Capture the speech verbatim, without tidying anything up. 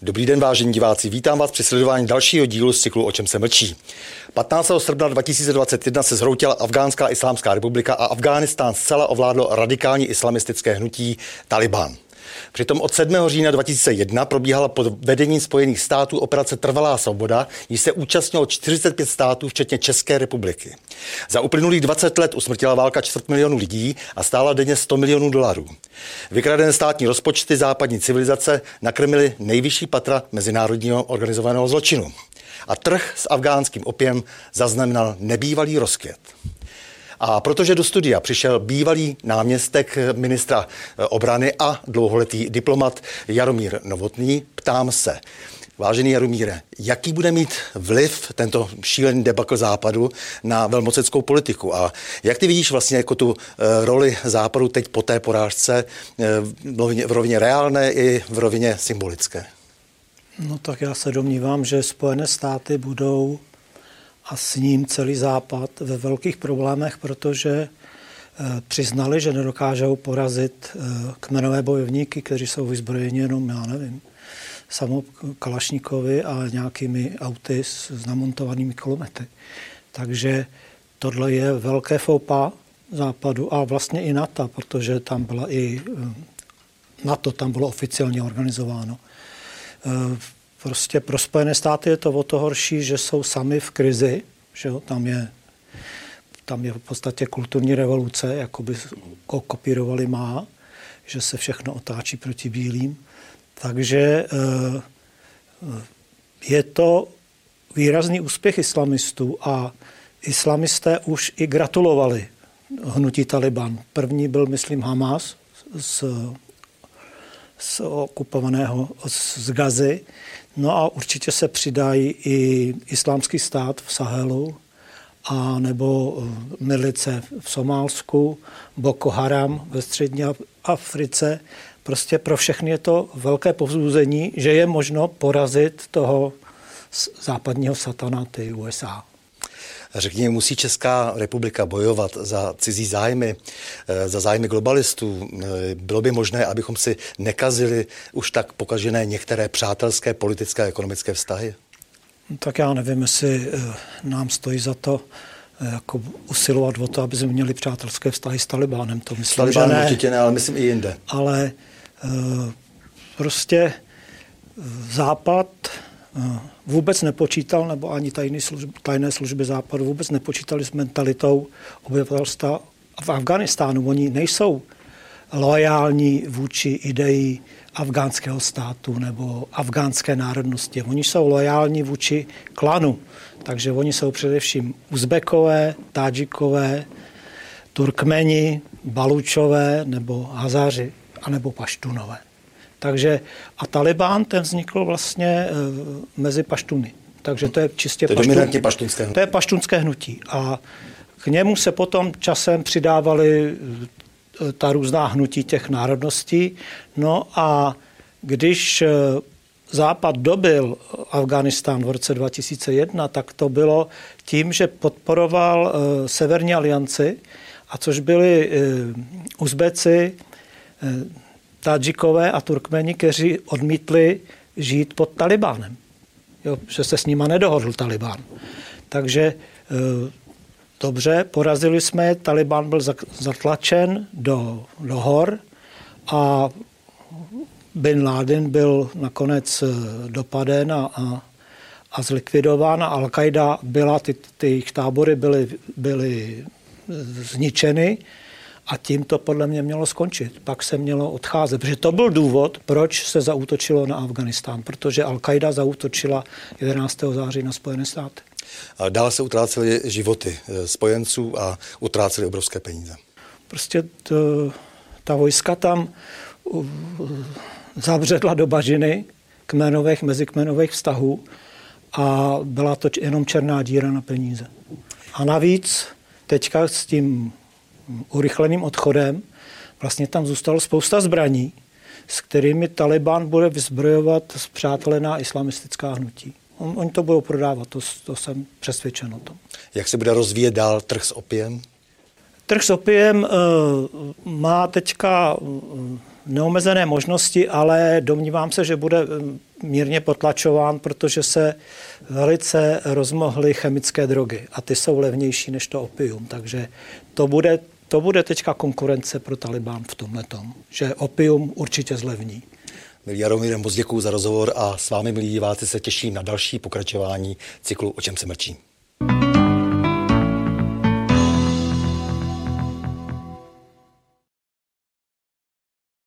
Dobrý den, vážení diváci, vítám vás při sledování dalšího dílu z cyklu O čem se mlčí. patnáctého srpna dva tisíce dvacet jedna se zhroutila Afgánská islámská republika a Afghánistán zcela ovládlo radikální islamistické hnutí Taliban. Přitom od sedmého října dva tisíce jedna probíhala pod vedením Spojených států operace Trvalá svoboda, jíž se účastnilo čtyřicet pět států, včetně České republiky. Za uplynulých dvacet let usmrtila válka čtvrt milionu lidí a stála denně sto milionů dolarů. Vykradené státní rozpočty západní civilizace nakrmily nejvyšší patra mezinárodního organizovaného zločinu. A trh s afgánským opiem zaznamenal nebývalý rozkvět. A protože do studia přišel bývalý náměstek ministra obrany a dlouholetý diplomat Jaromír Novotný, ptám se, vážený Jaromíre, jaký bude mít vliv tento šílený debakl Západu na velmocenskou politiku a jak ty vidíš vlastně jako tu roli Západu teď po té porážce v rovině reálné i v rovině symbolické? No tak já se domnívám, že Spojené státy budou a s ním celý Západ ve velkých problémech, protože přiznali, že nedokážou porazit kmenové bojovníky, kteří jsou vyzbrojeni jenom, já nevím, samo Kalašníkovi a nějakými auty s namontovanými kulomety. Takže tohle je velké faux pas Západu a vlastně i NATO, protože tam byla i NATO, tam bylo oficiálně organizováno. Prostě pro Spojené státy je to o to horší, že jsou sami v krizi, že jo? Tam je, tam je v podstatě kulturní revoluce, jako by kopírovali má, že se všechno otáčí proti bílým. Takže je to výrazný úspěch islamistů a islamisté už i gratulovali hnutí Taliban. První byl, myslím, Hamas z, z okupovaného z Gazy. No a určitě se přidají i islámský stát v Sahelu a nebo milice v Somálsku, Boko Haram ve střední Africe. Prostě pro všechny je to velké povzbuzení, že je možno porazit toho západního satana, ty U S A. Řekněme, musí Česká republika bojovat za cizí zájmy, za zájmy globalistů. Bylo by možné, abychom si nekazili už tak pokažené některé přátelské, politické a ekonomické vztahy? Tak já nevím, jestli nám stojí za to jako usilovat o to, aby jsme měli přátelské vztahy s Talibánem. To myslím, s Talibánem ne, určitě ne, ale myslím i jinde. Ale prostě Západ vůbec nepočítal, nebo ani tajné služby, tajné služby Západu vůbec nepočítali s mentalitou obyvatelstva v Afghánistánu. Oni nejsou loajální vůči ideji afgánského státu nebo afgánské národnosti. Oni jsou loajální vůči klanu. Takže oni jsou především Uzbekové, Tádžikové, Turkmeni, Balučové nebo Hazáři anebo Paštunové. Takže a Talibán ten vznikl vlastně e, mezi Paštuny. Takže to je čistě to je dominantně paštunské hnutí. To je paštunské hnutí. A k němu se potom časem přidávaly ta různá hnutí těch národností. No a když e, Západ dobil Afghánistán v roce dva tisíce jedna, tak to bylo tím, že podporoval e, Severní alianci, a což byli e, Uzbeci, e, Tádžikové a Turkmeni, kteří odmítli žít pod Talibánem. Jo, že se s nima nedohodl Talibán. Takže e, dobře, porazili jsme, Talibán byl zatlačen do, do hor a Bin Laden byl nakonec dopaden a, a, a zlikvidován a Al-Qaida byla, ty, ty jejich tábory byly, byly zničeny. A tím to podle mě mělo skončit. Pak se mělo odcházet. Protože to byl důvod, proč se zaútočilo na Afghánistán. Protože Al-Qaida zaútočila jedenáctého září na Spojené státy. A dále se utrácely životy spojenců a utrácely obrovské peníze. Prostě to, ta vojska tam zavředla do bažiny kmenových, mezikmenových vztahů a byla to jenom černá díra na peníze. A navíc teďka s tím urychleným odchodem vlastně tam zůstalo spousta zbraní, s kterými Taliban bude vyzbrojovat spřátelená islamistická hnutí. On, oni to budou prodávat, to, to jsem přesvědčen o tom. Jak se bude rozvíjet dál trh s opiem? Trh s opiem uh, má teďka uh, neomezené možnosti, ale domnívám se, že bude mírně potlačován, protože se velice rozmohly chemické drogy a ty jsou levnější než to opium. Takže to bude, to bude teďka konkurence pro Talibán v tomhletom, že opium určitě zlevní. Milí Jaromíre, moc děkuju za rozhovor a s vámi, milí diváci, se těším na další pokračování cyklu O čem se mlčí.